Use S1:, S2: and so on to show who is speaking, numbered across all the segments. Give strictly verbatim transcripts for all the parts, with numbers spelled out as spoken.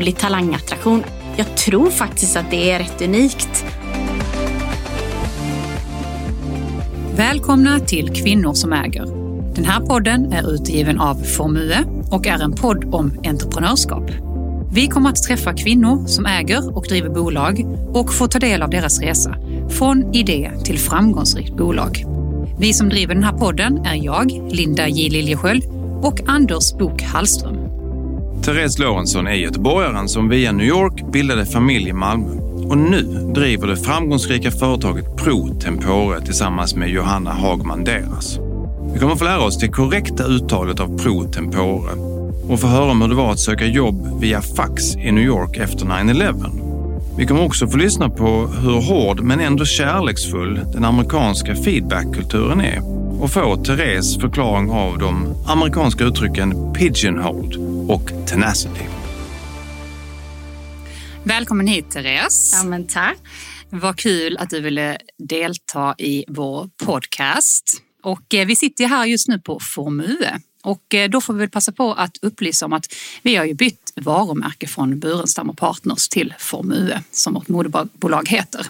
S1: otrolig talangattraktion. Jag tror faktiskt att det är rätt unikt.
S2: Välkomna till Kvinnor som äger. Den här podden är utgiven av Formue och är en podd om entreprenörskap. Vi kommer att träffa kvinnor som äger och driver bolag och få ta del av deras resa från idé till framgångsrikt bolag. Vi som driver den här podden är jag, Linda J. Liljesköld, och Anders Bok Hallström.
S3: Therese Lorentzon är göteborgaren som via New York bildade familj i Malmö. Och nu driver det framgångsrika företaget Pro Tempore tillsammans med Johanna Hagman Deras. Vi kommer få lära oss det korrekta uttalet av Pro Tempore och få höra om hur det var att söka jobb via fax i New York efter nine eleven. Vi kommer också få lyssna på hur hård men ändå kärleksfull den amerikanska feedbackkulturen är och få Therese förklaring av de amerikanska uttrycken pigeonholed och tenacity.
S2: Välkommen hit, Therese.
S1: Ja, men tack.
S2: Vad kul att du ville delta i vår podcast. Och vi sitter här just nu på Formue. Och då får vi väl passa på att upplysa om att vi har ju bytt varumärke från Burenstam och Partners till Formue, som vårt moderbolag heter.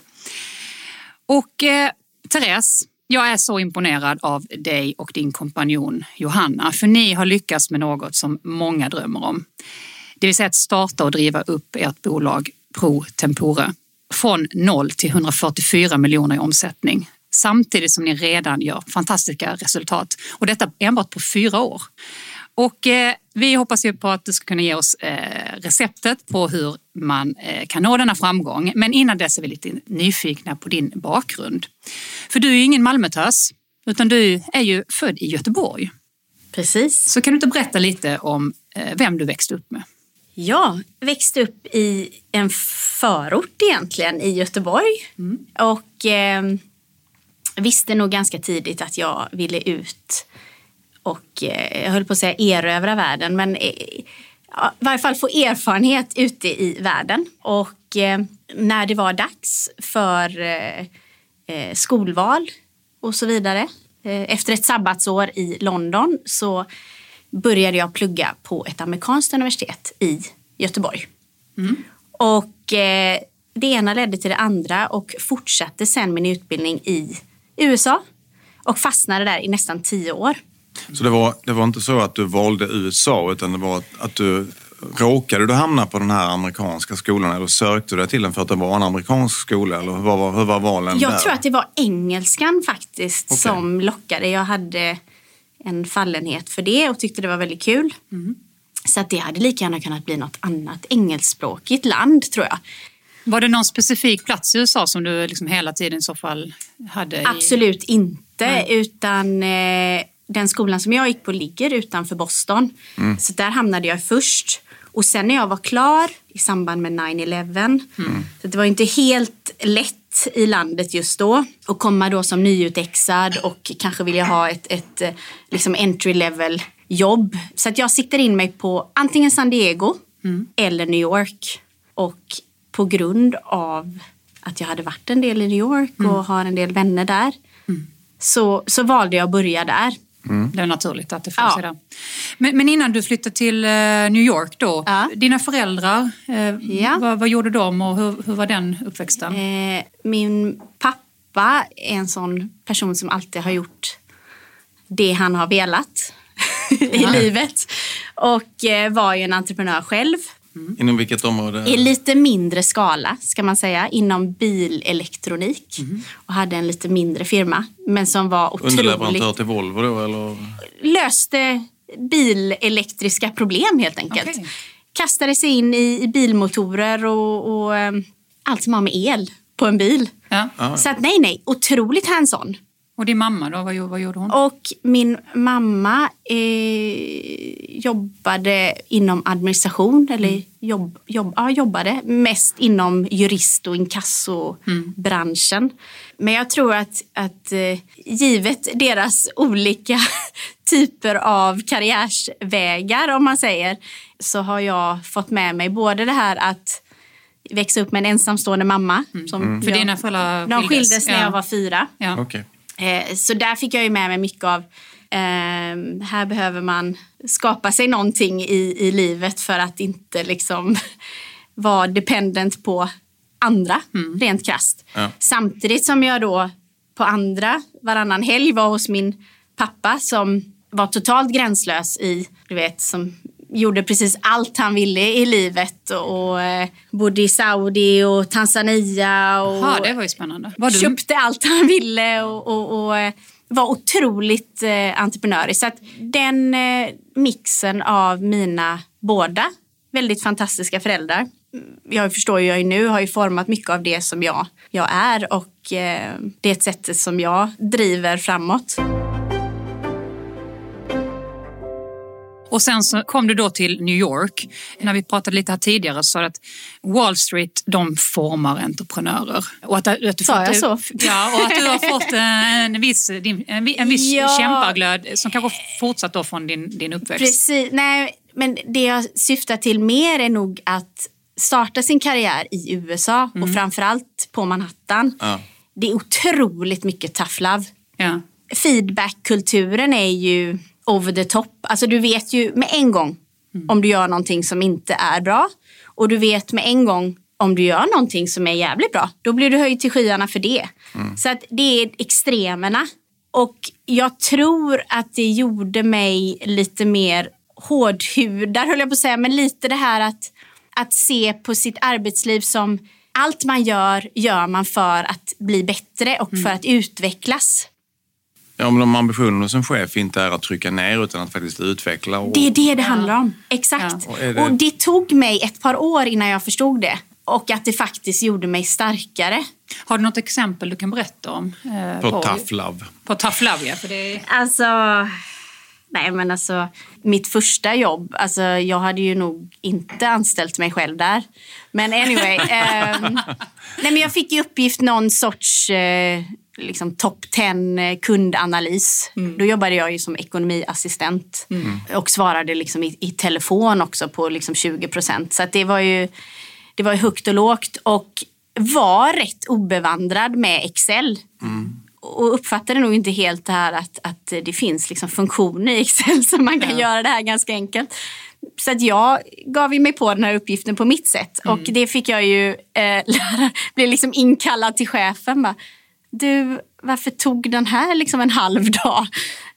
S2: Och eh, Therese, jag är så imponerad av dig och din kompanjon Johanna, för ni har lyckats med något som många drömmer om. Det vill säga att starta och driva upp ert bolag Pro Tempore från noll till hundrafyrtiofyra miljoner i omsättning. Samtidigt som ni redan gör fantastiska resultat. Och detta enbart på fyra år. Och eh, vi hoppas ju på att du ska kunna ge oss eh, receptet på hur man eh, kan nå denna framgång. Men innan dess är vi lite nyfikna på din bakgrund. För du är ju ingen Malmötös, utan du är ju född i Göteborg.
S1: Precis.
S2: Så kan du inte berätta lite om eh, vem du växte upp med?
S1: Jag växte upp i en förort egentligen i Göteborg. Mm. Och eh, visste nog ganska tidigt att jag ville ut och eh, jag höll på att säga erövra världen. Men eh, ja, i varje fall få erfarenhet ute i världen. Och eh, när det var dags för eh, eh, skolval och så vidare. Eh, efter ett sabbatsår i London så började jag plugga på ett amerikanskt universitet i Göteborg. Mm. Och eh, det ena ledde till det andra och fortsatte sen min utbildning i U S A. Och fastnade där i nästan tio år.
S3: Så det var, det var inte så att du valde U S A, utan det var att du råkade du hamna på den här amerikanska skolan, eller sökte du dig till den för att det var en amerikansk skola, eller hur var, hur var valen
S1: Jag
S3: där?
S1: tror att det var engelskan faktiskt
S3: okay.
S1: som lockade. Jag hade en fallenhet för det och tyckte det var väldigt kul. Mm. Så att det hade lika gärna kunnat bli något annat engelskspråkigt land, tror jag.
S2: Var det någon specifik plats i U S A som du liksom hela tiden i så fall hade? I...
S1: Absolut inte,
S2: Nej.
S1: utan eh, den skolan som jag gick på ligger utanför Boston. Mm. Så där hamnade jag först. Och sen när jag var klar i samband med nine eleven, mm. så det var inte helt lätt i landet just då. Och komma då som nyutexad och kanske vilja ha ett, ett liksom entry level jobb. Så att jag siktar in mig på antingen San Diego mm. eller New York. Och på grund av att jag hade varit en del i New York och mm. har en del vänner där. Mm. Så, så valde jag att börja där.
S2: Mm. Det är naturligt att det får sig där. Men, men innan du flyttade till uh, New York då, ja. dina föräldrar, uh, ja. vad, vad gjorde de och hur, hur var den uppväxten?
S1: Eh, min pappa är en sån person som alltid har gjort det han har velat i ja. livet. Och eh, var ju en entreprenör själv.
S3: Mm. Inom vilket område?
S1: I lite mindre skala ska man säga. Inom bilelektronik. Mm. Och hade en lite mindre firma. Men som var otroligt...
S3: Underleverantör till Volvo då? Eller?
S1: Löste bilelektriska problem helt enkelt. Okay. Kastade sig in i, i bilmotorer och, och um, allt som har med el på en bil.
S2: Ja.
S1: Så att nej, nej. Otroligt hands-on.
S2: Och din mamma då? Vad, vad gjorde hon?
S1: Och min mamma eh, jobbade inom administration. Eller mm. jobb, jobb, ja, jobbade mest inom jurist- och inkassobranschen. Mm. Men jag tror att, att eh, givet deras olika typer av karriärsvägar, om man säger, så har jag fått med mig både det här att växa upp med en ensamstående mamma.
S2: Mm.
S1: Som
S2: mm. För
S1: jag,
S2: dina föräldrar
S1: de skildes när
S2: ja.
S1: jag var fyra.
S2: Ja.
S3: Okay.
S1: Så där fick jag ju med mig mycket av Eh, här behöver man skapa sig någonting i, i livet för att inte liksom vara dependent på andra, mm. rent krasst. Ja. Samtidigt som jag då på andra, varannan helg var hos min pappa som var totalt gränslös i, du vet, som gjorde precis allt han ville i livet och, och eh, bodde i Saudi och Tanzania och
S2: Aha, det var ju spännande. Var du...
S1: köpte allt han ville och, och, och eh, var otroligt eh, entreprenörisk. Så att den eh, mixen av mina båda väldigt fantastiska föräldrar, jag förstår ju jag nu, har ju format mycket av det som jag, jag är och eh, det är ett sätt som jag driver framåt.
S2: Och sen så kom du då till New York. När vi pratade lite här tidigare så att Wall Street, de formar entreprenörer. Och att, att du
S1: Sa
S2: fått,
S1: jag så?
S2: Ja, och att du har fått en viss, en, en viss ja. kämpaglöd som kanske fortsatt då från din, din uppväxt.
S1: Precis, nej, men det jag syftar till mer är nog att starta sin karriär i U S A mm. och framförallt på Manhattan. Ja. Det är otroligt mycket tough love. Ja. Feedback-kulturen är ju over the top. Alltså du vet ju med en gång mm. om du gör någonting som inte är bra. Och du vet med en gång om du gör någonting som är jävligt bra. Då blir du höjd till skyarna för det. Mm. Så att det är extremerna. Och jag tror att det gjorde mig lite mer hårdhudad, höll jag på att säga. Men lite det här att, att se på sitt arbetsliv som allt man gör, gör man för att bli bättre och mm. för att utvecklas.
S3: Ja, men de ambitionerna som chef inte är att trycka ner utan att faktiskt utveckla. Och...
S1: Det är det det handlar om. Exakt. Ja. Och, det... och det tog mig ett par år innan jag förstod det. Och att det faktiskt gjorde mig starkare.
S2: Har du något exempel du kan berätta om?
S3: Eh, på, på tough love.
S2: På tough love, ja. För det...
S1: Alltså... Nej, men alltså... Mitt första jobb... Alltså, jag hade ju nog inte anställt mig själv där. Men anyway... eh, nej, men jag fick i uppgift någon sorts... Eh, liksom topp tio kundanalys. Mm. Då jobbade jag ju som ekonomiassistent mm. och svarade liksom i, i telefon också på liksom tjugo procent. Så att det var ju det var ju högt och lågt och var rätt obevandrad med Excel. Mm. Och uppfattade nog inte helt det här att, att det finns liksom funktioner i Excel så man kan ja. göra det här ganska enkelt. Så att jag gav mig på den här uppgiften på mitt sätt. Mm. Och det fick jag ju eh, lära, blev liksom inkallad till chefen bara. Du, varför tog den här liksom en halv dag?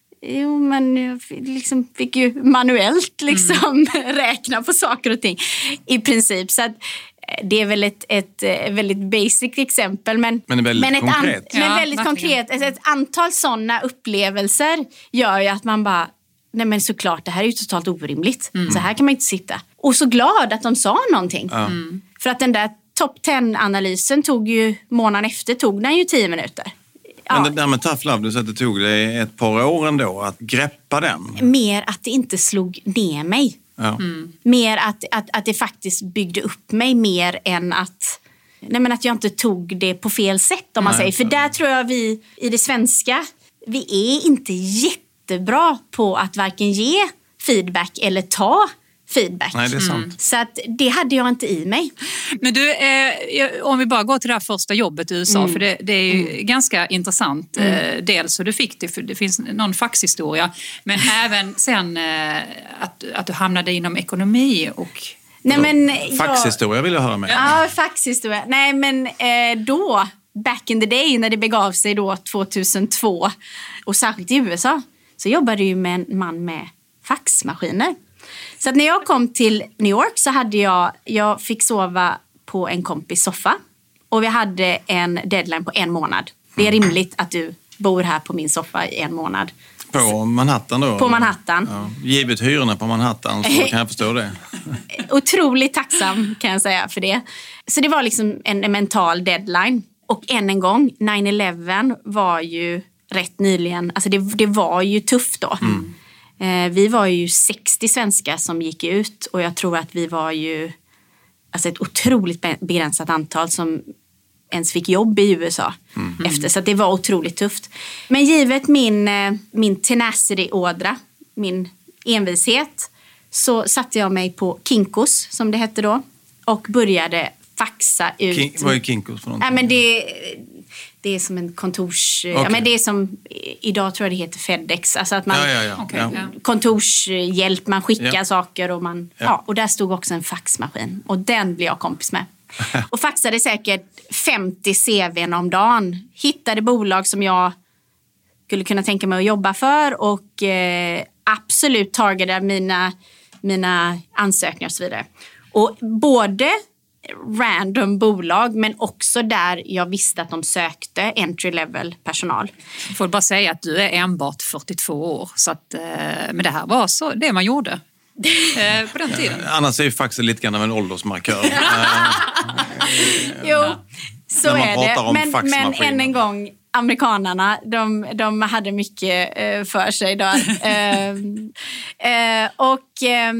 S1: Jo, men jag liksom fick ju manuellt liksom mm. räkna på saker och ting i princip. Så att det är väl ett, ett, ett väldigt basic exempel. Men,
S3: men väldigt
S1: men ett
S3: konkret.
S1: An, men
S2: ja,
S1: väldigt konkret. Ett, ett antal sådana upplevelser gör ju att man bara, nej men såklart, det här är ju totalt orimligt. Mm. Så här kan man inte sitta. Och så glad att de sa någonting. Mm. För att den där topp tio-analysen tog ju, månaden efter tog den ju tio minuter. Ja.
S3: Men det där med tough love, du sa att det tog dig ett par år ändå att greppa den.
S1: Mer att det inte slog ner mig.
S3: Ja.
S1: Mm. Mer att, att, att det faktiskt byggde upp mig mer än att, nej men att jag inte tog det på fel sätt om man nej, säger. För där tror jag vi i det svenska, vi är inte jättebra på att varken ge feedback eller ta feedback.
S3: Nej, det är sant.
S1: Mm. Så att det hade jag inte i mig.
S2: Men du, eh, om vi bara går till det här första jobbet i U S A, mm. för det, det är ju mm. ganska intressant. Mm. Eh, dels hur du fick det, för det finns någon faxhistoria, men även sen eh, att, att du hamnade inom ekonomi och...
S1: Nej, men
S3: faxhistoria vill jag höra med.
S1: Ja, faxhistoria. Nej, men eh, då, back in the day, när det begav sig då tjugohundratvå, och särskilt i U S A, så jobbade ju med en man med faxmaskiner. Så att när jag kom till New York så hade jag, jag fick sova på en kompis soffa. Och vi hade en deadline på en månad. Det är rimligt att du bor här på min soffa i en månad.
S3: På Manhattan då?
S1: På Manhattan.
S3: Ja. Givet hyrorna på Manhattan så kan jag förstå det.
S1: Otroligt tacksam kan jag säga för det. Så det var liksom en, en mental deadline. Och än en gång, nine eleven var ju rätt nyligen, alltså det, det var ju tufft då. Mm. Vi var ju sextio svenskar som gick ut och jag tror att vi var ju alltså ett otroligt begränsat antal som ens fick jobb i U S A mm. efter. Så att det var otroligt tufft. Men givet min, min tenacity-ådra, min envishet, så satte jag mig på Kinkos som det hette då och började faxa ut.
S3: King, vad är Kinkos för någonting?
S1: Ja, men det, Det är som en kontors...
S3: Okay.
S1: Ja, men det är som... Idag tror jag det heter FedEx. Alltså att man...
S3: Ja, ja, ja.
S1: Okay,
S3: ja.
S1: Kontorshjälp, man skickar
S3: ja.
S1: saker och man... Ja. Ja, och där stod också en faxmaskin. Och den blev jag kompis med. Och faxade säkert femtio C V:n om dagen. Hittade bolag som jag skulle kunna tänka mig att jobba för. Och eh, absolut targetade mina, mina ansökningar och så vidare. Och både... random bolag, men också där jag visste att de sökte entry level personal.
S2: Jag får bara säga att du är enbart fyrtiotvå år, så att, men det här var så det man gjorde på den tiden.
S3: Annars är ju faktiskt lite grann av en åldersmarkör.
S1: Jo, så är det. Men, men än en gång, amerikanarna, de, de hade mycket för sig där. Och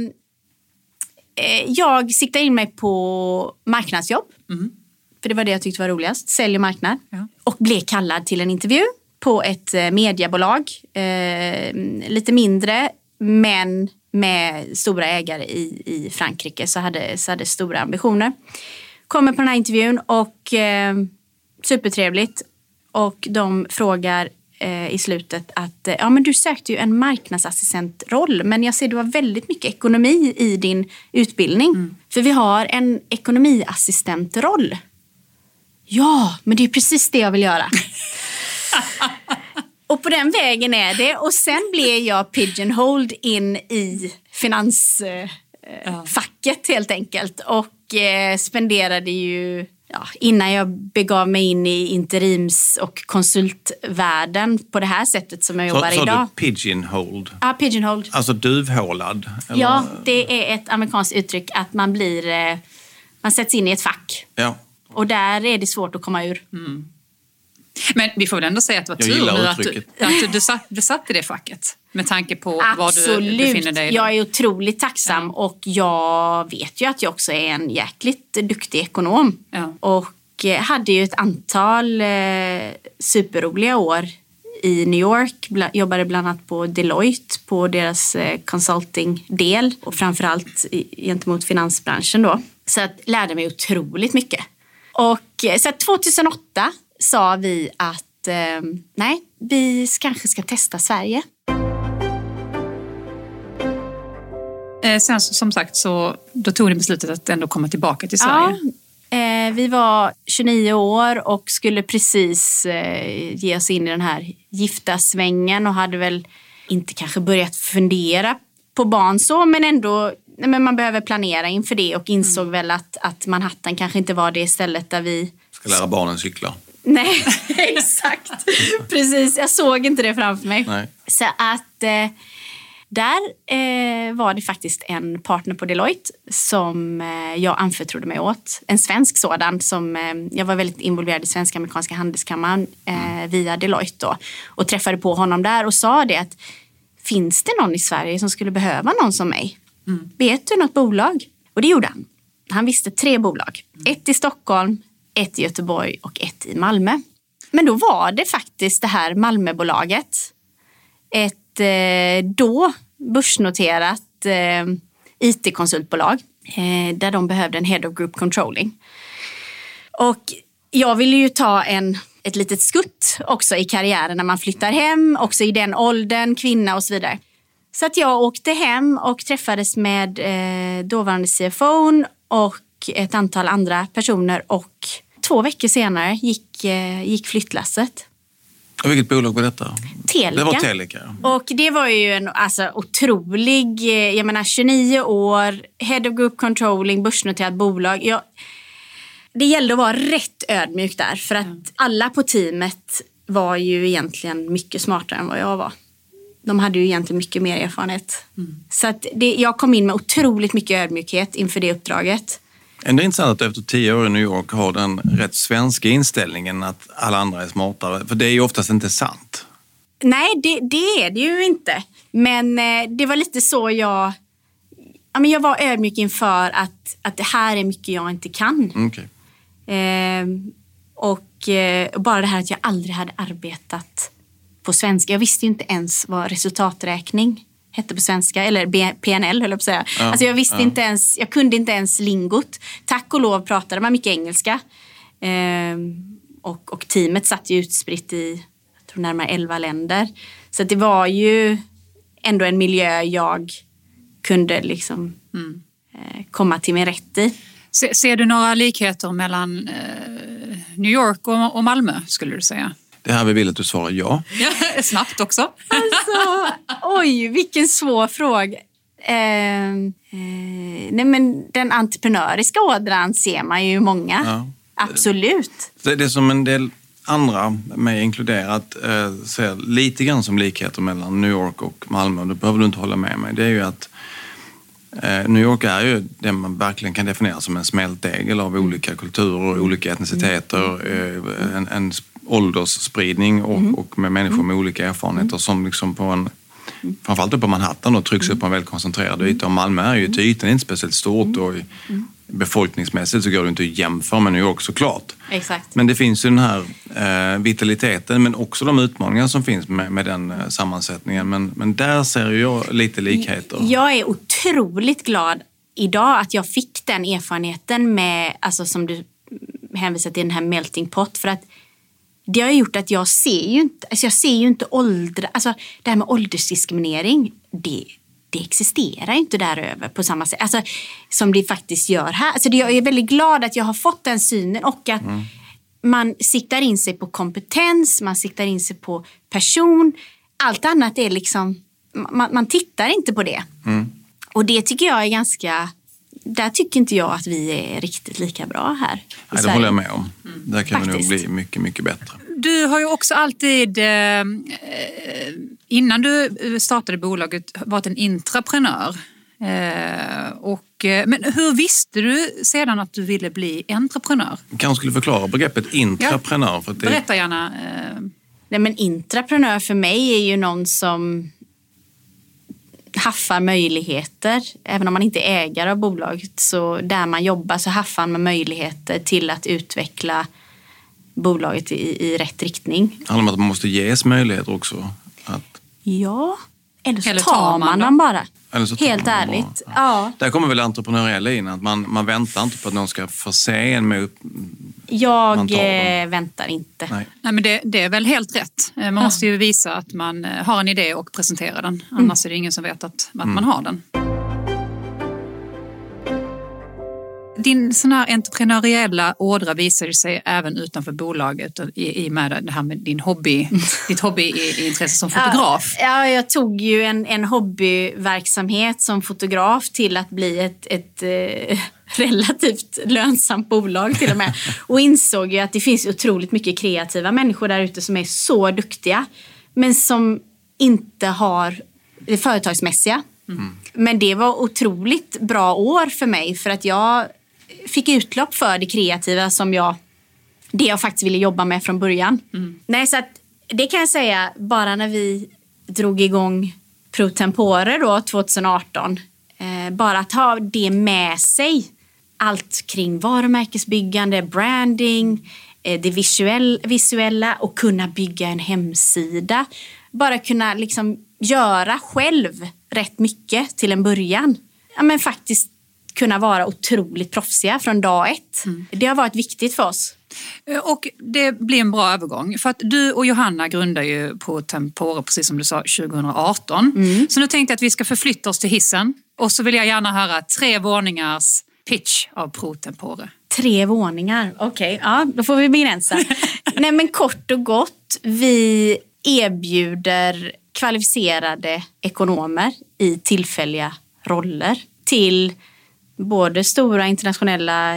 S1: jag siktade in mig på marknadsjobb. Mm. För det var det jag tyckte var roligast. Sälj och marknad. Ja. Och blev kallad till en intervju på ett mediebolag. Eh, lite mindre, men med stora ägare i, i Frankrike. Så hade, så hade stora ambitioner. Kommer på den här intervjun och eh, supertrevligt. Och de frågar i slutet att ja, men du sökte ju en marknadsassistentroll, men jag ser du har väldigt mycket ekonomi i din utbildning. Mm. För vi har en ekonomiassistentroll. Ja, men det är precis det jag vill göra. Och på den vägen är det. Och sen blev jag pigeonholed in i finansfacket eh, helt enkelt. Och eh, spenderade ju... Ja, innan jag begav mig in i interims- och konsultvärlden på det här sättet som jag så, jobbar
S3: så
S1: idag.
S3: Så du pigeonholed?
S1: Ja, pigeonholed.
S3: Alltså duvhålad? Eller?
S1: Ja, det är ett amerikanskt uttryck att man blir, man sätts in i ett fack.
S3: Ja.
S1: Och där är det svårt att komma ur.
S2: Mm. Men vi får väl ändå säga att det var tur nu att du, att du, satt, du satt i det facket. Med tanke på
S1: absolut.
S2: Var du befinner dig.
S1: Jag är otroligt tacksam ja. Och jag vet ju att jag också är en jäkligt duktig ekonom. Ja. Och hade ju ett antal eh, superroliga år i New York. Bla, jobbade bland annat på Deloitte på deras eh, consulting-del. Och framförallt i, gentemot finansbranschen då. Så att lärde mig otroligt mycket. Och så att tjugohundraåtta sa vi att eh, nej, vi kanske ska testa Sverige.
S2: Sen som sagt så då tog ni beslutet att ändå komma tillbaka till Sverige.
S1: Ja, eh, vi var tjugonio år och skulle precis eh, ge oss in i den här gifta svängen och hade väl inte kanske börjat fundera på barn så, men ändå men man behöver planera inför det och insåg mm. väl att, att Manhattan kanske inte var det stället där vi...
S3: Ska lära barnen cykla.
S1: Nej, exakt. Precis, jag såg inte det framför mig.
S3: Nej.
S1: Så att... Eh, Där eh, var det faktiskt en partner på Deloitte som eh, jag anförtrodde mig åt. En svensk sådan som eh, jag var väldigt involverad i Svenska Amerikanska Handelskammaren eh, via Deloitte då. Och träffade på honom där och sa det att finns det någon i Sverige som skulle behöva någon som mig? Mm. Vet du något bolag? Och det gjorde han. Han visste tre bolag. Mm. Ett i Stockholm, ett i Göteborg och ett i Malmö. Men då var det faktiskt det här Malmöbolaget. Ett då börsnoterat eh, I T-konsultbolag eh, där de behövde en head of group controlling. Och jag ville ju ta en, ett litet skutt också i karriären när man flyttar hem, också i den åldern, kvinna och så vidare. Så att jag åkte hem och träffades med eh, dåvarande C F O och ett antal andra personer och två veckor senare gick, eh, gick flyttlasset.
S3: Och vilket bolag var detta?
S1: Telika.
S3: Det var Telika.
S1: Och det var ju en alltså, otrolig, jag menar tjugonio år, head of group controlling, börsnoterat bolag. Jag, det gällde att vara rätt ödmjuk där för att mm. alla på teamet var ju egentligen mycket smartare än vad jag var. De hade ju egentligen mycket mer erfarenhet. Mm. Så att det, jag kom in med otroligt mycket ödmjukhet inför det uppdraget.
S3: Ändå intressant att efter tio år i New York har den rätt svenska inställningen att alla andra är smartare. För det är ju oftast inte sant.
S1: Nej, det, det är det ju inte. Men eh, det var lite så jag... Ja, men jag var ödmjuk inför att, att det här är mycket jag inte kan.
S3: Okay.
S1: Eh, och eh, bara det här att jag aldrig hade arbetat på svenska. Jag visste ju inte ens vad resultaträkning hette på svenska, eller P N L höll jag på att säga. Ja, alltså jag visste ja. inte ens, jag kunde inte ens lingot. Tack och lov pratade man mycket engelska. Eh, Och, och teamet satt ju utspritt i jag tror närmare elva länder. Så att det var ju ändå en miljö jag kunde liksom mm. eh, komma till min rätt i.
S2: Se, ser du några likheter mellan eh, New York och, och Malmö, skulle du säga?
S3: Det här vi vill att du svarar ja.
S2: Snabbt också.
S1: Alltså, oj, vilken svår fråga. Eh, eh, nej men den entreprenöriska ådran ser man ju många. Ja. Absolut.
S3: Det, det är som en del andra, mig inkluderat, eh, ser lite grann som likheter mellan New York och Malmö. Det behöver du inte hålla med mig. Det är ju att eh, New York är ju det man verkligen kan definiera som en smältdegel av olika kulturer, olika etniciteter, eh, en, en åldersspridning och, mm. och med människor med olika erfarenheter som liksom på en, framförallt uppe på Manhattan och trycks upp på en väldigt koncentrerad yta. Och Malmö är ju till ytan inte speciellt stort och befolkningsmässigt så går det inte att jämföra med New York såklart.
S1: Exakt.
S3: Men det finns ju den här eh, vitaliteten men också de utmaningar som finns med, med den eh, sammansättningen. Men, men där ser jag lite likheter.
S1: Jag är otroligt glad idag att jag fick den erfarenheten med, alltså som du hänvisar till, den här melting pot, för att det har gjort att jag ser ju inte, alltså jag ser ju inte åldra, alltså det här med åldersdiskriminering, det, det existerar inte där över på samma sätt, alltså som det faktiskt gör här. Alltså jag är väldigt glad att jag har fått den synen och att mm. man siktar in sig på kompetens, man siktar in sig på person, allt annat är liksom, man, man tittar inte på det. Mm. Och det tycker jag är ganska, där tycker inte jag att vi är riktigt lika bra här.
S3: Nej, det håller jag med om. Mm. Där kan Faktiskt. vi nog bli mycket, mycket bättre.
S2: Du har ju också alltid, eh, innan du startade bolaget, varit en intraprenör. Eh, och, men hur visste du sedan att du ville bli entreprenör?
S3: Jag kanske skulle förklara begreppet intraprenör.
S2: Ja.
S3: För att det...
S2: Berätta gärna. Eh...
S1: Nej, men intraprenör för mig är ju någon som haffar möjligheter. Även om man inte är ägare av bolaget, så där man jobbar så haffar man möjligheter till att utveckla bolaget i, i rätt riktning.
S3: Det handlar om att man måste ges möjligheter också. Att...
S1: Ja, eller så eller tar man dem bara.
S3: Eller så tar
S1: Helt
S3: man
S1: ärligt.
S3: Ja.
S1: Ja.
S3: Där kommer väl entreprenöriella in. Att man, man väntar inte på att någon ska förse en med upp...
S1: Jag eh, väntar inte.
S2: Nej, Nej men det, det är väl helt rätt. Man ja. måste ju visa att man har en idé och presentera den. Annars mm. är det ingen som vet att, att mm. man har den. Din sån här entreprenöriella ådra visar sig även utanför bolaget i, i med det här med din hobby, ditt hobbyintresse som fotograf.
S1: Ja, ja, jag tog ju en, en hobbyverksamhet som fotograf till att bli ett, ett eh, relativt lönsamt bolag till och med. Och insåg ju att det finns otroligt mycket kreativa människor där ute som är så duktiga men som inte har det företagsmässiga. Mm. Men det var otroligt bra år för mig för att jag fick utlopp för det kreativa som jag, det jag faktiskt ville jobba med från början. Mm. Nej, så att det kan jag säga, bara när vi drog igång Pro Tempore då tjugoarton, eh, bara att ha det med sig, allt kring varumärkesbyggande, branding, eh, det visuell, visuella och kunna bygga en hemsida. Bara kunna liksom göra själv rätt mycket till en början. Ja, men faktiskt kunna vara otroligt proffsiga från dag ett. Mm. Det har varit viktigt för oss.
S2: Och det blir en bra övergång. För att du och Johanna grundar ju Pro Tempore, precis som du sa, tjugoarton. Mm. Så nu tänkte jag att vi ska förflytta oss till hissen. Och så vill jag gärna höra tre våningars pitch av Pro Tempore.
S1: Tre våningar, okej. Okay. Ja, då får vi begränsa. Nej, men kort och gott, vi erbjuder kvalificerade ekonomer i tillfälliga roller till både stora internationella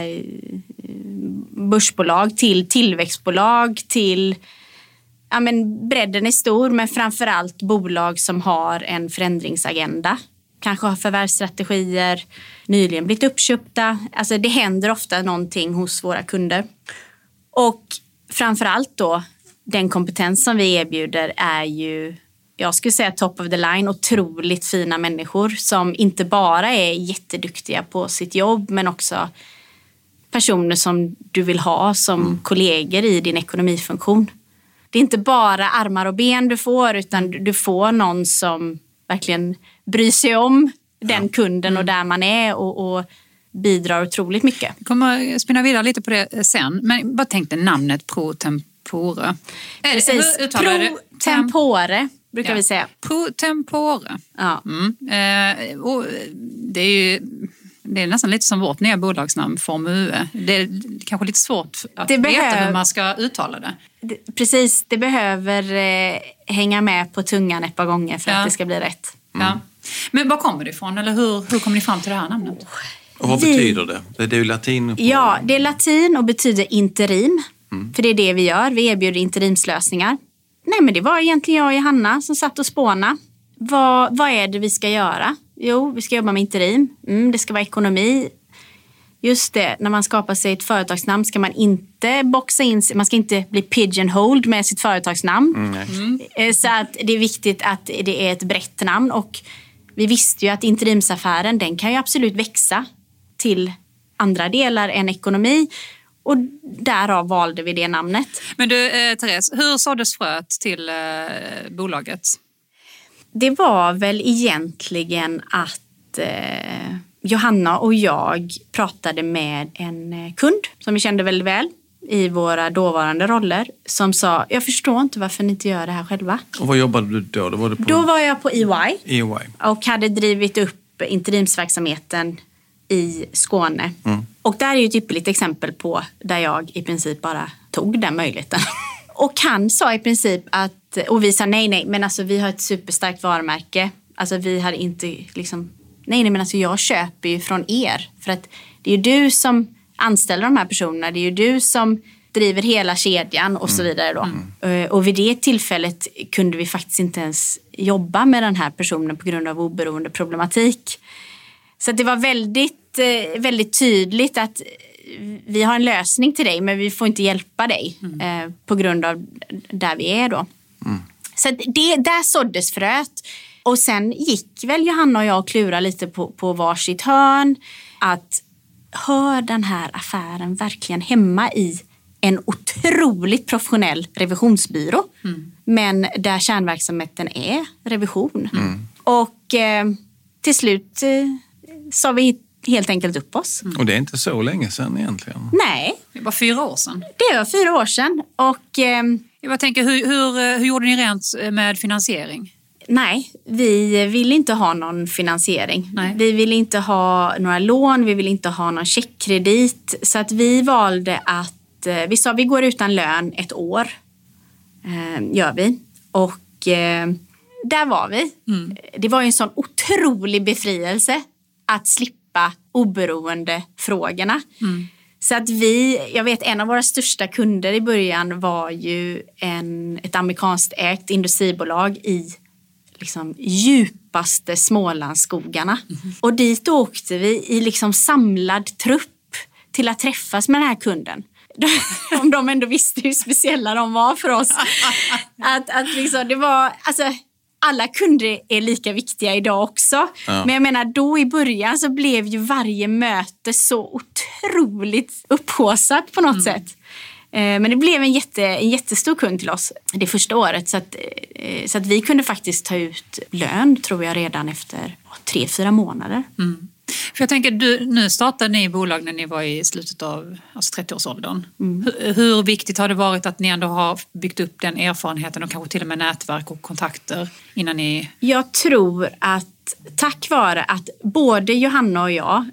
S1: börsbolag, till tillväxtbolag, till, ja men bredden är stor, men framförallt bolag som har en förändringsagenda. Kanske har förvärvsstrategier, nyligen blivit uppköpta. Alltså det händer ofta någonting hos våra kunder. Och framförallt då, den kompetens som vi erbjuder är ju, jag skulle säga top of the line, otroligt fina människor som inte bara är jätteduktiga på sitt jobb men också personer som du vill ha som mm. kollegor i din ekonomifunktion. Det är inte bara armar och ben du får, utan du får någon som verkligen bryr sig om den kunden och där man är och, och bidrar otroligt mycket.
S2: Vi kommer spinna vidare lite på det sen, men vad tänkte namnet Pro Tempore?
S1: Precis, Pro Tempore brukar ja. vi säga.
S2: Pro Tempore.
S1: Ja.
S2: Mm. Eh, och det är ju det är nästan lite som vårt nya bolagsnamn Formue. Det är kanske lite svårt att det veta behöv... hur man ska uttala det.
S1: det precis, det behöver eh, hänga med på tungan ett par gånger för ja. att det ska bli rätt.
S2: Mm. Ja. Men var kommer det ifrån? Eller hur, hur kommer ni fram till det här namnet?
S3: Och vad vi... betyder det? Det är ju latin. På...
S1: Ja, det är latin och betyder interim. Mm. För det är det vi gör. Vi erbjuder interimslösningar. Nej, men det var egentligen jag och Johanna som satt och spåna. Vad, vad är det vi ska göra? Jo, vi ska jobba med interim. Mm, det ska vara ekonomi. Just det, när man skapar sig ett företagsnamn ska man inte boxa in sig. Man ska inte bli pigeonholed med sitt företagsnamn. Mm. Mm. Så att det är viktigt att det är ett brett namn. Och vi visste ju att interimsaffären, den kan ju absolut växa till andra delar än ekonomi. Och därav valde vi det namnet.
S2: Men du, eh, Therese, hur såddes fröet till eh, bolaget?
S1: Det var väl egentligen att eh, Johanna och jag pratade med en kund som vi kände väldigt väl i våra dåvarande roller. Som sa, jag förstår inte varför ni inte gör det här själva.
S3: Och vad jobbade du då? Då var, det på...
S1: då var jag på E Y.
S3: E Y.
S1: Och hade drivit upp interimsverksamheten i Skåne. Mm. Och där är ju ett ypperligt exempel på där jag i princip bara tog den möjligheten. Och han sa i princip att, och vi sa nej, nej, men alltså vi har ett superstarkt varumärke. Alltså vi hade inte liksom, nej, nej, men alltså jag köper ju från er. För att det är ju du som anställer de här personerna, det är ju du som driver hela kedjan och så vidare då. Mm. Och vid det tillfället kunde vi faktiskt inte ens jobba med den här personen på grund av oberoende problematik. Så det var väldigt, väldigt tydligt att vi har en lösning till dig, men vi får inte hjälpa dig mm. eh, på grund av där vi är då. Mm. Så det, där såddes fröet. Och sen gick väl Johanna och jag och klura lite på, på varsitt hörn. Att hör den här affären verkligen hemma i en otroligt professionell revisionsbyrå. Mm. Men där kärnverksamheten är revision. Mm. Och eh, till slut eh, sa vi helt enkelt upp oss.
S3: Mm. Och det är inte så länge sedan egentligen.
S1: Nej.
S2: Det var fyra år sedan.
S1: Det var fyra år sedan. Och, eh,
S2: jag tänker, hur, hur, hur gjorde ni rent med finansiering?
S1: Nej, vi vill inte ha någon finansiering.
S2: Nej.
S1: Vi vill inte ha några lån, vi vill inte ha någon checkkredit. Så att vi valde att, eh, vi sa vi går utan lön ett år. Eh, gör vi. Och eh, där var vi. Mm. Det var ju en sån otrolig befrielse att slippa oberoende frågorna. Mm. Så att vi, jag vet en av våra största kunder i början var ju en, ett amerikanskt ägt industribolag i liksom djupaste Smålandsskogarna. Mm. Och dit åkte vi i liksom samlad trupp till att träffas med den här kunden. Om de ändå visste hur speciella de var för oss. Att, att liksom, det var, alltså, alla kunder är lika viktiga idag också. Ja. Men jag menar, då i början så blev ju varje möte så otroligt upphaussat på något mm. sätt. Men det blev en, jätte, en jättestor kund till oss det första året. Så att, så att vi kunde faktiskt ta ut lön, tror jag, redan efter tre, fyra månader.
S2: Mm. För jag tänker, du, nu startade ni bolag när ni var i slutet av alltså trettioårsåldern. Mm. Hur, hur viktigt har det varit att ni ändå har byggt upp den erfarenheten och kanske till och med nätverk och kontakter innan ni...
S1: Jag tror att tack vare att både Johanna och jag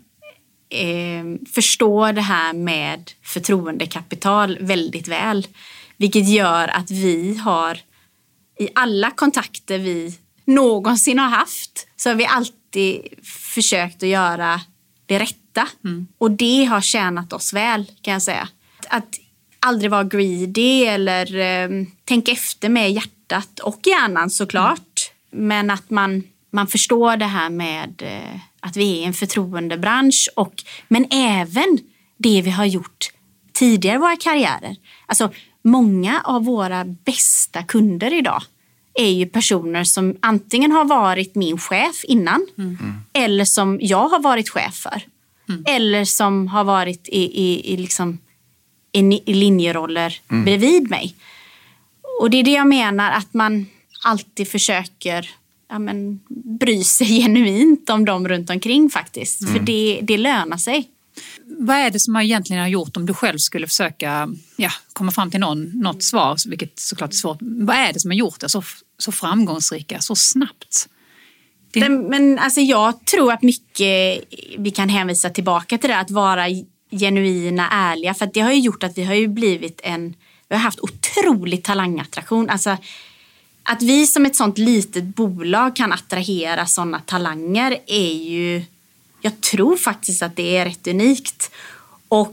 S1: eh, förstår det här med förtroendekapital väldigt väl. Vilket gör att vi har i alla kontakter vi någonsin har haft så har vi alltid försökt att göra det rätta. Mm. Och det har tjänat oss väl, kan jag säga. Att aldrig vara greedy eller eh, tänka efter med hjärtat och hjärnan såklart. Mm. Men att man, man förstår det här med eh, att vi är en förtroendebransch. Och, men även det vi har gjort tidigare i våra karriärer. Alltså många av våra bästa kunder idag är ju personer som antingen har varit min chef innan mm. eller som jag har varit chef för. Mm. Eller som har varit i, i, i, liksom, i, i linjeroller mm. bredvid mig. Och det är det jag menar, att man alltid försöker ja, men, bry sig genuint om dem runt omkring faktiskt. Mm. För det, det lönar sig.
S2: Vad är det som man egentligen har gjort om du själv skulle försöka ja, komma fram till någon, något svar, vilket såklart är svårt. Vad är det som har gjort det så, så framgångsrika så snabbt? Det...
S1: Men, men alltså jag tror att mycket vi kan hänvisa tillbaka till det, att vara genuina, ärliga. För att det har ju gjort att vi har ju blivit en, vi har haft otrolig talangattraktion. Alltså att vi som ett sånt litet bolag kan attrahera sådana talanger är ju, jag tror faktiskt att det är rätt unikt. Och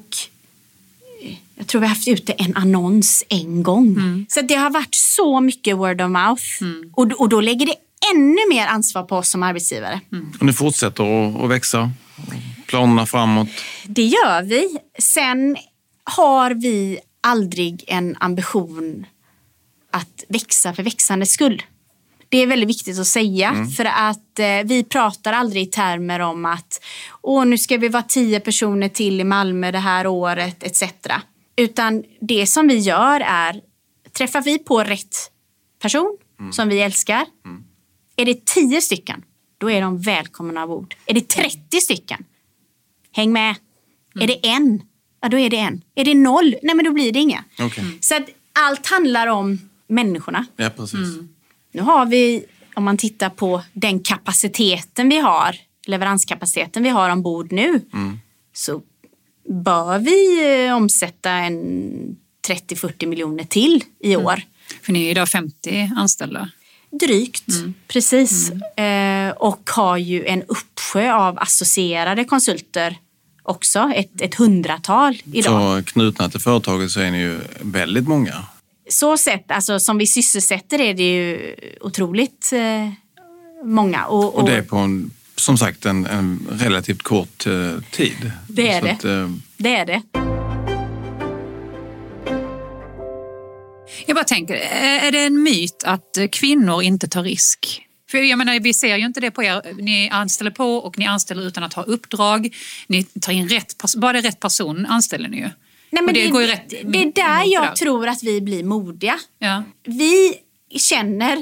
S1: jag tror vi har haft ute en annons en gång. Mm. Så det har varit så mycket word of mouth. Mm. Och, och då lägger det ännu mer ansvar på oss som arbetsgivare.
S3: Mm. Och ni fortsätter att, att växa? Planerna framåt?
S1: Det gör vi. Sen har vi aldrig en ambition att växa för växandets skull. Det är väldigt viktigt att säga. Mm. För att eh, vi pratar aldrig i termer om att åh, nu ska vi vara tio personer till i Malmö det här året et cetera. Utan det som vi gör är, träffar vi på rätt person mm. som vi älskar. Mm. Är det tio stycken, då är de välkomna ombord. Är det trettio stycken, häng med. Mm. Är det en, ja då är det en. Är det noll, nej men då blir det inga.
S3: Okay.
S1: Så att allt handlar om människorna.
S3: Ja, precis. Mm.
S1: Nu har vi, om man tittar på den kapaciteten vi har, leveranskapaciteten vi har ombord nu, mm. så bör vi omsätta en trettio till fyrtio miljoner till i år. Mm.
S2: För ni är idag femtio anställda.
S1: Drygt, mm. precis. Mm. Eh, och har ju en uppsjö av associerade konsulter också, ett, ett hundratal idag.
S3: Så knutna till företaget så är ni ju väldigt många.
S1: Så sett, alltså som vi sysselsätter är det ju otroligt eh, många. Och, och,
S3: och det är på en, som sagt en, en relativt kort eh, tid.
S1: Det är
S3: så
S1: det.
S3: Att, eh...
S1: det är det.
S2: Jag bara tänker, är det en myt att kvinnor inte tar risk? För jag menar, vi ser ju inte det på er. Ni anställer på och ni anställer utan att ha uppdrag. Ni tar in rätt, bara det är rätt person anställer ni ju.
S1: Nej, men
S2: det,
S1: det,
S2: går ju rätt,
S1: det är där jag där. tror att vi blir modiga.
S2: Ja.
S1: Vi känner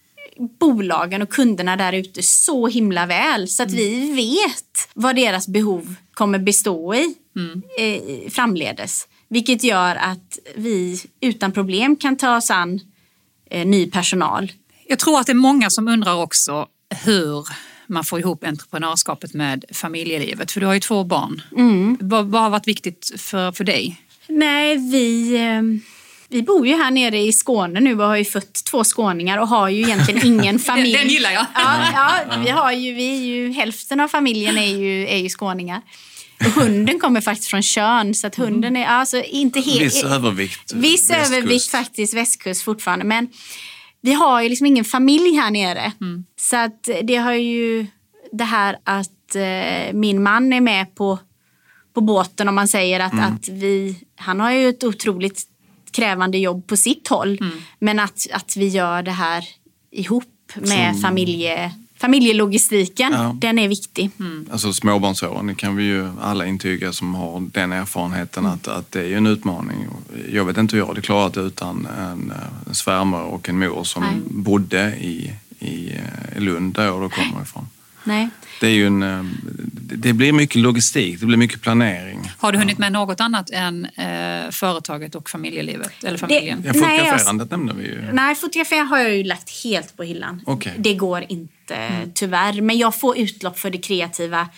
S1: bolagen och kunderna där ute så himla väl så att mm. vi vet vad deras behov kommer bestå i mm. eh, framledes. Vilket gör att vi utan problem kan ta oss an eh, ny personal.
S2: Jag tror att det är många som undrar också hur man får ihop entreprenörskapet med familjelivet. För du har ju två barn. Mm. Vad, vad har varit viktigt för, för dig?
S1: Nej, vi, eh, vi bor ju här nere i Skåne nu och har ju fött två skåningar och har ju egentligen ingen familj.
S2: Den gillar jag.
S1: Ja, ja, vi har ju, vi är ju, hälften av familjen är ju, är ju skåningar. Och hunden kommer faktiskt från Tjörn, så att hunden är alltså inte helt...
S3: Viss övervikt.
S1: Viss västkust. övervikt faktiskt, västkust fortfarande. Men vi har ju liksom ingen familj här nere. Mm. Så att det har ju det här att eh, min man är med på, på båten, om man säger att, mm. att vi... Han har ju ett otroligt krävande jobb på sitt håll. Mm. Men att, att vi gör det här ihop med Som... familje... Familjelogistiken, ja. Den är viktig.
S3: Mm. Alltså småbarnsåren, det kan vi ju alla intyga som har den erfarenheten mm. att, att det är en utmaning. Jag vet inte hur jag hade klarat det utan en, en svärmor och en mor som Nej. bodde i, i Lund där jag då kommer ifrån.
S1: Nej.
S3: Det är ju en, det blir mycket logistik, det blir mycket planering.
S2: Har du hunnit med något annat än eh, företaget och familjelivet? Eller familjen?
S3: Det, ja, fotograferandet nämnde vi ju.
S1: Nej, fotograferandet har jag ju lagt helt på hyllan.
S3: Okay.
S1: Det går inte, mm. tyvärr. Men jag får utlopp för det kreativa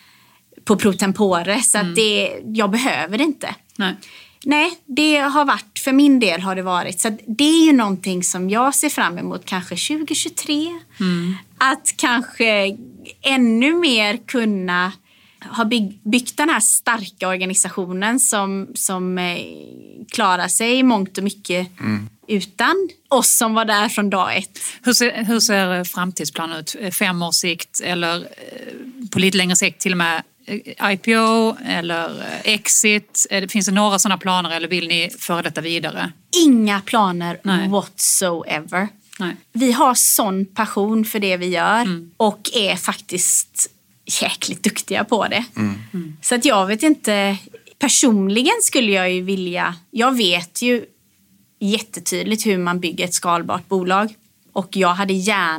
S1: på pro tempore. Så mm. att det, jag behöver det inte.
S2: Nej.
S1: Nej, det har varit, för min del har det varit. Så det är ju någonting som jag ser fram emot kanske tjugo tjugotre. Mm. Att kanske ännu mer kunna ha bygg, byggt den här starka organisationen som, som eh, klarar sig mångt och mycket mm. utan oss som var där från dag ett.
S2: Hur ser, hur ser framtidsplanen ut? Fem års sikt eller eh, på lite längre sikt till och med I P O eller exit? Finns det några sådana planer eller vill ni föra detta vidare?
S1: Inga planer Nej. whatsoever.
S2: Nej.
S1: Vi har sån passion för det vi gör mm. och är faktiskt jäkligt duktiga på det. Mm. Mm. Så att jag vet inte, personligen skulle jag ju vilja, jag vet ju jättetydligt hur man bygger ett skalbart bolag och jag hade gärna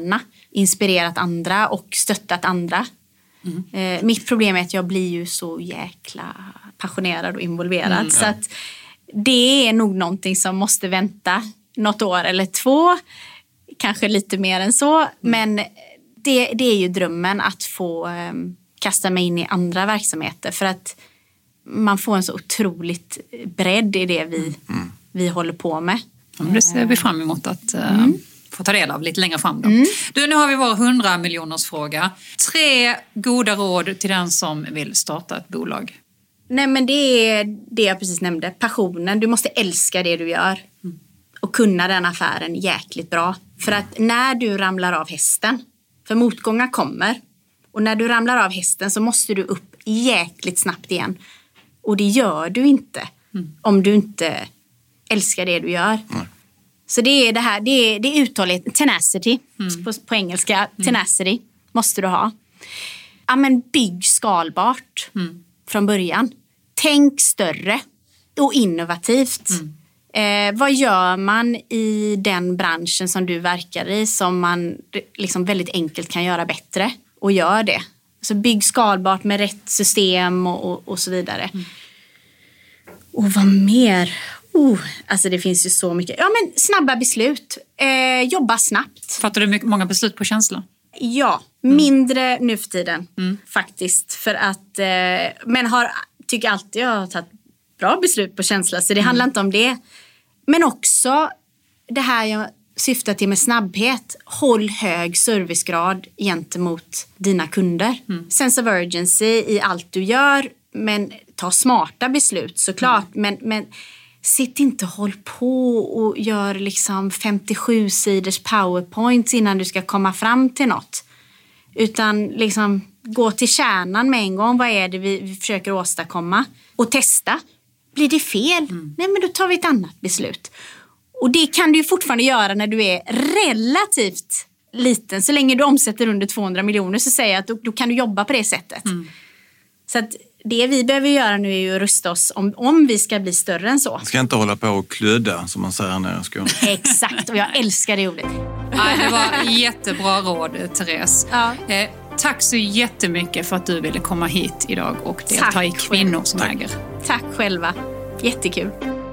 S1: inspirerat andra och stöttat andra. Mm. Eh, mitt problem är att jag blir ju så jäkla passionerad och involverad. Mm, ja. Så att det är nog någonting som måste vänta något år eller två. Kanske lite mer än så. Mm. Men det, det är ju drömmen att få eh, kasta mig in i andra verksamheter. För att man får en så otroligt bredd i det vi, mm. vi håller på med.
S2: Ja, det ser vi fram emot att uh, mm. få ta del av lite längre fram. Då. Mm. Du, nu har vi vår hundra miljoners fråga. Tre goda råd till den som vill starta ett bolag.
S1: Nej, men det är det jag precis nämnde. Passionen. Du måste älska det du gör. Mm. Och kunna den affären jäkligt bra. För att när du ramlar av hästen, för motgångar kommer. Och när du ramlar av hästen så måste du upp jäkligt snabbt igen. Och det gör du inte mm. om du inte älskar det du gör. Mm. Så det är det här, det är, det är uthållighet, tenacity mm. på, på engelska, mm. tenacity måste du ha. Ja, men bygg skalbart mm. från början. Tänk större och innovativt. Mm. Eh, vad gör man i den branschen som du verkar i som man liksom väldigt enkelt kan göra bättre? Och gör det. Så bygg skalbart med rätt system och, och, och så vidare. Mm. Och vad mer? Oh, alltså det finns ju så mycket. Ja, men snabba beslut. Eh, jobba snabbt.
S2: Fattar du mycket, många beslut på känsla?
S1: Ja, mm. mindre nu för tiden mm. faktiskt. För att, eh, men har, tycker alltid jag har tagit bra beslut på känsla. Så det mm. handlar inte om det. Men också det här jag syftar till med snabbhet. Håll hög servicegrad gentemot dina kunder. Mm. Sense of urgency i allt du gör. Men ta smarta beslut såklart. Mm. Men, men sitt inte och håll på och gör liksom femtiosju sidors powerpoints innan du ska komma fram till något. Utan liksom gå till kärnan med en gång. Vad är det vi, vi försöker åstadkomma? Och testa. Blir det fel? Mm. Nej, men då tar vi ett annat beslut. Och det kan du ju fortfarande göra när du är relativt liten. Så länge du omsätter under tvåhundra miljoner så säger jag att då, då kan du jobba på det sättet. Mm. Så att det vi behöver göra nu är ju att rusta oss om, om vi ska bli större än så.
S3: Man ska inte hålla på och klöda som man säger nere i skolan.
S1: Exakt, och jag älskar det ordet.
S2: Ja, det var jättebra råd, Therese. Ja. Eh, tack så jättemycket för att du ville komma hit idag och delta tack i Kvinnor som
S1: tack.
S2: äger.
S1: Tack själva, jättekul.